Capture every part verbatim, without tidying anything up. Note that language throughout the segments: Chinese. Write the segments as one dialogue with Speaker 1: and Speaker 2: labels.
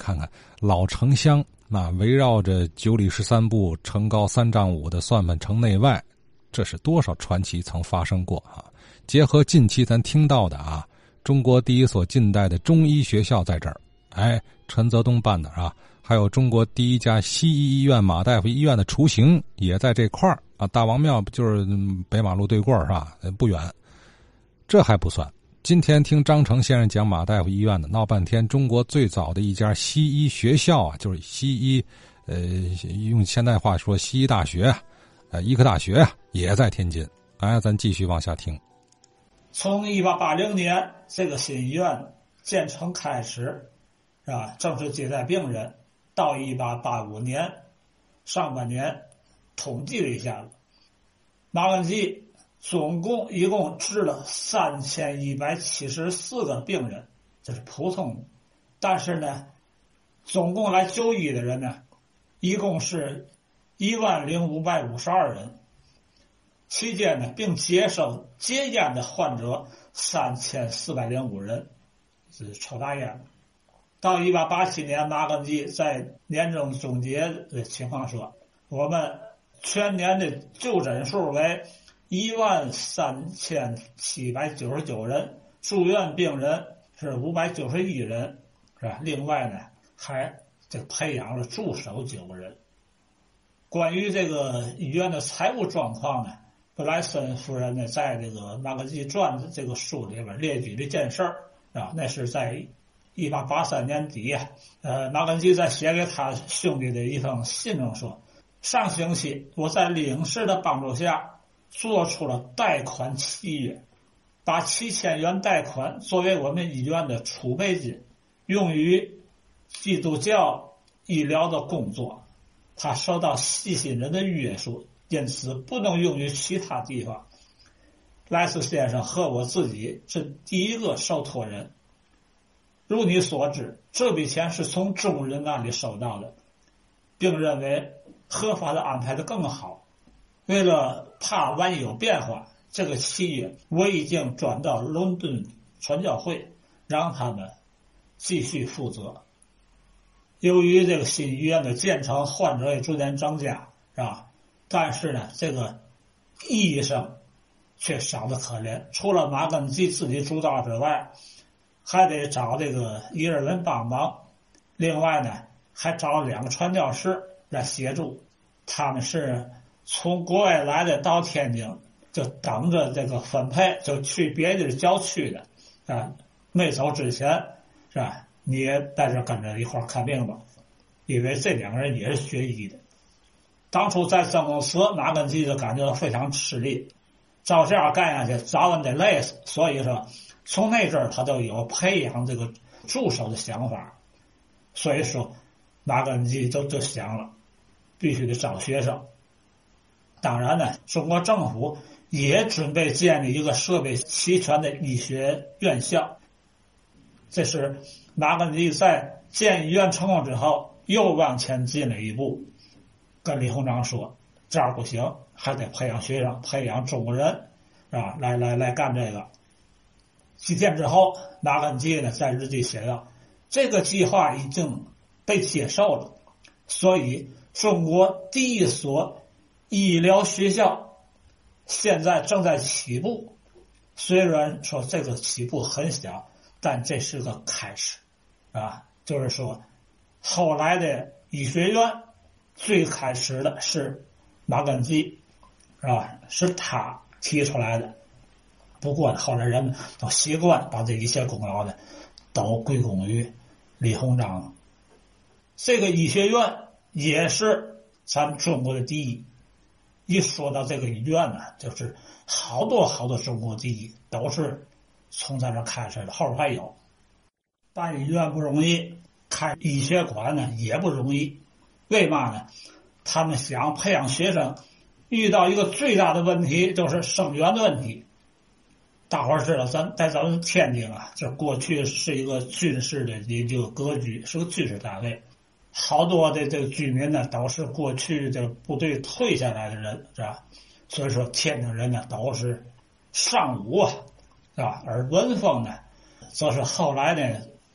Speaker 1: 看看老城乡，那围绕着九里十三步、城高三丈五的算盘城内外，这是多少传奇曾发生过啊！结合近期咱听到的啊，中国第一所近代的中医学校在这儿，哎，陈泽东办的啊，还有中国第一家西医医院马大夫医院的雏形也在这块儿啊。大王庙就是北马路对过是吧？不远。这还不算，今天听张成先生讲马大夫医院的，闹半天中国最早的一家西医学校啊，就是西医，呃，用现代话说西医大学啊，呃，医科大学啊，也在天津。哎，咱继续往下听。
Speaker 2: 从一八八零年这个新医院建成开始，是吧？正式接待病人，到一八八五年上半年统计了一下子，马根基总共一共治了三千一百七十四个病人，这是普通的。但是呢，总共来就医的人呢，一共是一万零五百五十二人。期间呢，并接受戒烟的患者三千四百零五人，这是抽大烟。到一八八七年，马根基在年终总结的情况说，我们全年的就诊数为一万三千七百九十九人，住院病人是五百九十一人，是吧？另外呢，还这培养了助手九个人。关于这个医院的财务状况呢，布莱森夫人呢，在这个《马根基传》这个书里边列举了一件事儿啊，那是在一八八三年底啊，呃，马根基在写给他兄弟的一封信中说，上星期我在领事的帮助下做出了贷款契约，把七千元贷款作为我们医院的储备金，用于基督教医疗的工作。他受到细心人的约束，因此不能用于其他地方。莱斯先生和我自己是第一个受托人。如你所知，这笔钱是从中人那里收到的，并认为合法的安排的更好。为了怕万一有变化，这个契约我已经转到伦敦传教会，让他们继续负责。由于这个新医院的建成，患者也逐渐增加，是吧？但是呢，这个医生却少得可怜。除了马根基自己主导之外，还得找这个伊尔文帮忙。另外呢，还找两个传教士来协助。他们是从国外来的，到天津就等着这个分配，就去别的郊区的啊。没走之前，是吧？你也在这跟着一块儿看病吧，因为这两个人也是学医的。当初在曾公祠，马根基就感觉到非常吃力，照这样干下去，早晚得累死。所以说，从那阵儿他就有培养这个助手的想法。所以说，马根基就就想了，必须得招学生。当然呢，中国政府也准备建立一个设备齐全的医学院校。这是马根基在建医院成功之后，又往前进了一步，跟李鸿章说：“这样不行，还得培养学生，培养中国人，是吧？来来来干这个。”几天之后，马根基呢在日记写道：“这个计划已经被接受了，所以中国第一所医疗学校现在正在起步。虽然说这个起步很小，但这是个开始，啊，就是说，后来的医学院最开始的是马根基，是吧？是他提出来的。不过后来人们都习惯把这一切功劳呢，都归功于李鸿章。这个医学院也是咱中国的第一。一说到这个医院呢，就是好多好多中国第一都是从咱这开始的，后边还有。办医院不容易，开医学馆呢也不容易。为嘛呢？他们想培养学生，遇到一个最大的问题就是生源的问题。大伙儿知道，咱在咱们天津啊，这过去是一个军事的一个割据，是个军事单位。好多的这个居民呢，都是过去这部队退下来的人，是吧？所以说天津人呢都是尚武啊，是吧？而文风呢，则是后来呢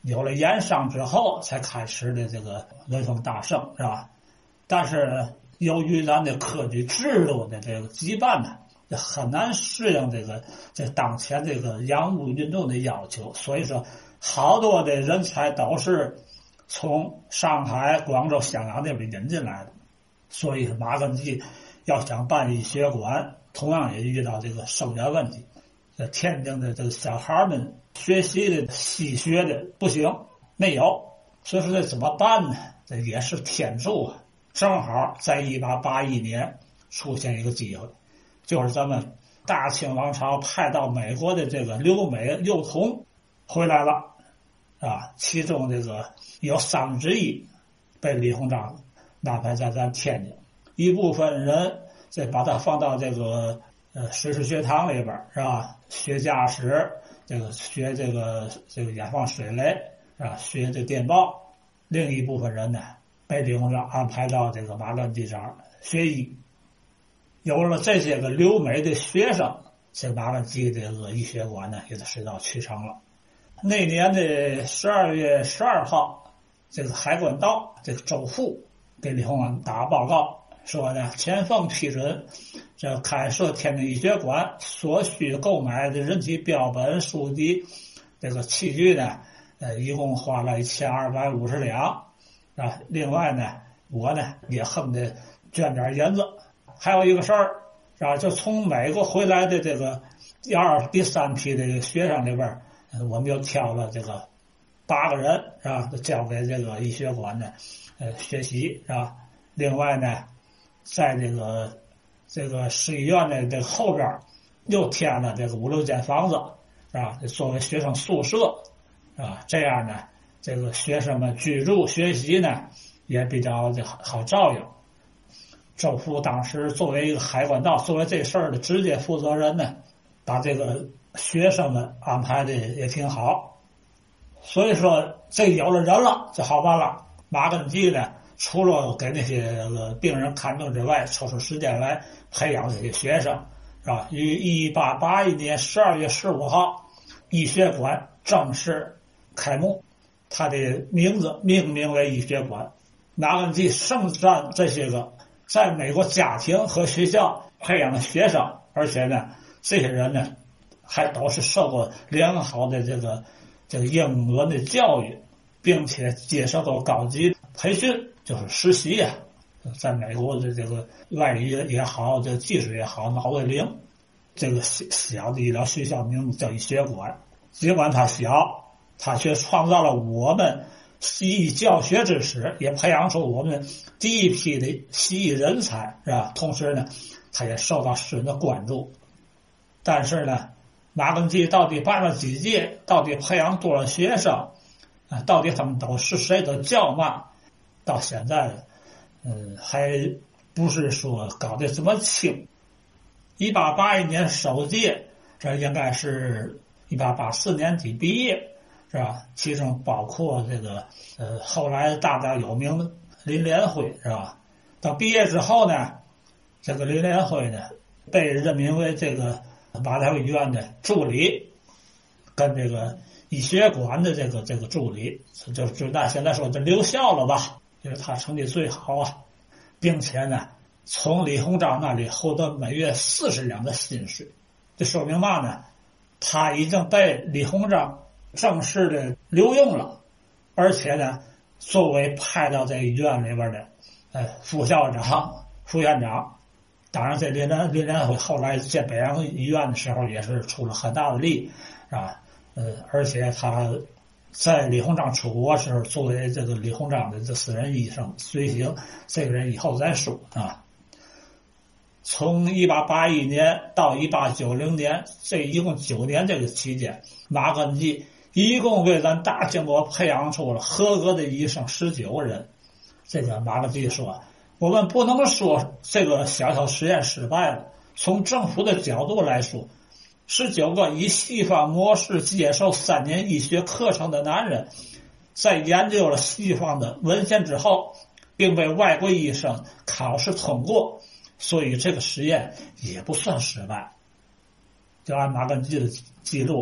Speaker 2: 有了盐商之后才开始的这个文风大盛，是吧？但是由于咱的科举制度的这个羁绊呢，很难适应这个这当前这个洋务运动的要求，所以说好多的人才都是从上海、广州、香港那边引进来的。所以马根基要想办医学馆，同样也遇到这个生源问题。在天津的这个小孩们学习的西学的不行，没有，所以说这怎么办呢？这也是天助啊！正好在一八八一年出现一个机会，就是咱们大清王朝派到美国的这个留美幼童回来了啊，其中这个有三分之一被李鸿章安排在咱天津，一部分人再把它放到这个呃水师学堂里边，是吧？学驾驶，这个学这个这个掩放水雷，是吧？学这电报。另一部分人呢，被李鸿章安排到这个马根基这儿学医。有了这些个留美的学生，这马根基这个医学馆呢，也就水到渠成了。那年的十二月十二号，这个海关道这个周副给李鸿章打报告说呢，前方批准这开设天津医学馆所需购买的人体标本、书籍这个器具呢，呃，一共花了一千二百五十两啊。另外呢，我呢也恨得捐点银子。还有一个事儿啊，就从美国回来的这个第二、第三批的学生里边，我们又挑了这个八个人是吧，交给这个医学馆呢，呃，学习是吧？另外呢，在这个这个市医院的这个后边又添了这个五六间房子是吧？作为学生宿舍啊，这样呢，这个学生们居住学习呢也比较好照应。周副当时作为一个海关道，作为这事儿的直接负责人呢，把这个学生们安排的也挺好。所以说这有了人了就好办了。马根基呢，除了给那些个病人看病之外，抽出时间来培养这些学生，是吧？于一八八一年十二月十五号，医学馆正式开幕，它的名字命名为医学馆。马根基盛赞这些个在美国家庭和学校培养的学生，而且呢，这些人呢，还都是受过良好的这个这个英文的教育，并且接受过高级培训，就是实习呀、啊。在美国的这个外语也好，这个技术也好，脑袋灵。这个小的医疗学校名字叫医学馆，尽管它小，它却创造了我们西医教学之史，也培养出我们第一批的西医人才，是吧？同时呢，它也受到世人的关注。但是呢，马根基到底办了几届，到底培养多少学生啊？到底他们都是谁的教嘛？到现在，嗯，还不是说搞得这么清。一八八一年首届，这应该是一八八四年底毕业，是吧？其中包括这个呃后来大家有名的林连辉，是吧？到毕业之后呢，这个林连辉呢被任命为这个马太医院的助理，跟这个医学馆的这个这个助理，就就那现在说这留校了吧，因为他成绩最好啊，并且呢，从李鸿章那里获得每月四十两的薪水。这说明嘛呢？他已经被李鸿章正式的留用了，而且呢，作为派到这医院里边的呃副校长、副院长。当然，这林连林连辉后来建北洋医院的时候，也是出了很大的力，啊，呃，而且他在李鸿章出国时候，作为这个李鸿章的这私人医生随行，这个人以后再说啊。从一八八一年到一八九零年，这一共九年这个期间，马根基一共为咱大清国培养出了合格的医生十九个人。这个马根基说，我们不能说这个小小实验失败了，从政府的角度来说，十九个以西方模式接受三年医学课程的男人，在研究了西方的文献之后，并被外国医生考试通过，所以这个实验也不算失败。就按马根基的记录，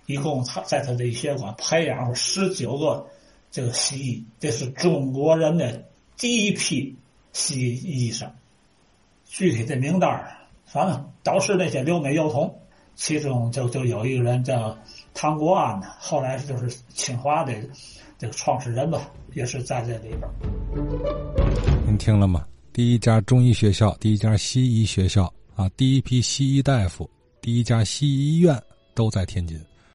Speaker 2: 一共他在他的医学馆培养了十九个这个西医，这是中国人的第一批西医医生。具体的名单反正都是那些留美幼童，其中就就有一个人叫唐国安呢，后来就是清华的这个创始人吧，也是在这里边。
Speaker 1: 您听了吗？第一家中医学校，第一家西医学校啊，第一批西医大夫，第一家西医医院都在天津。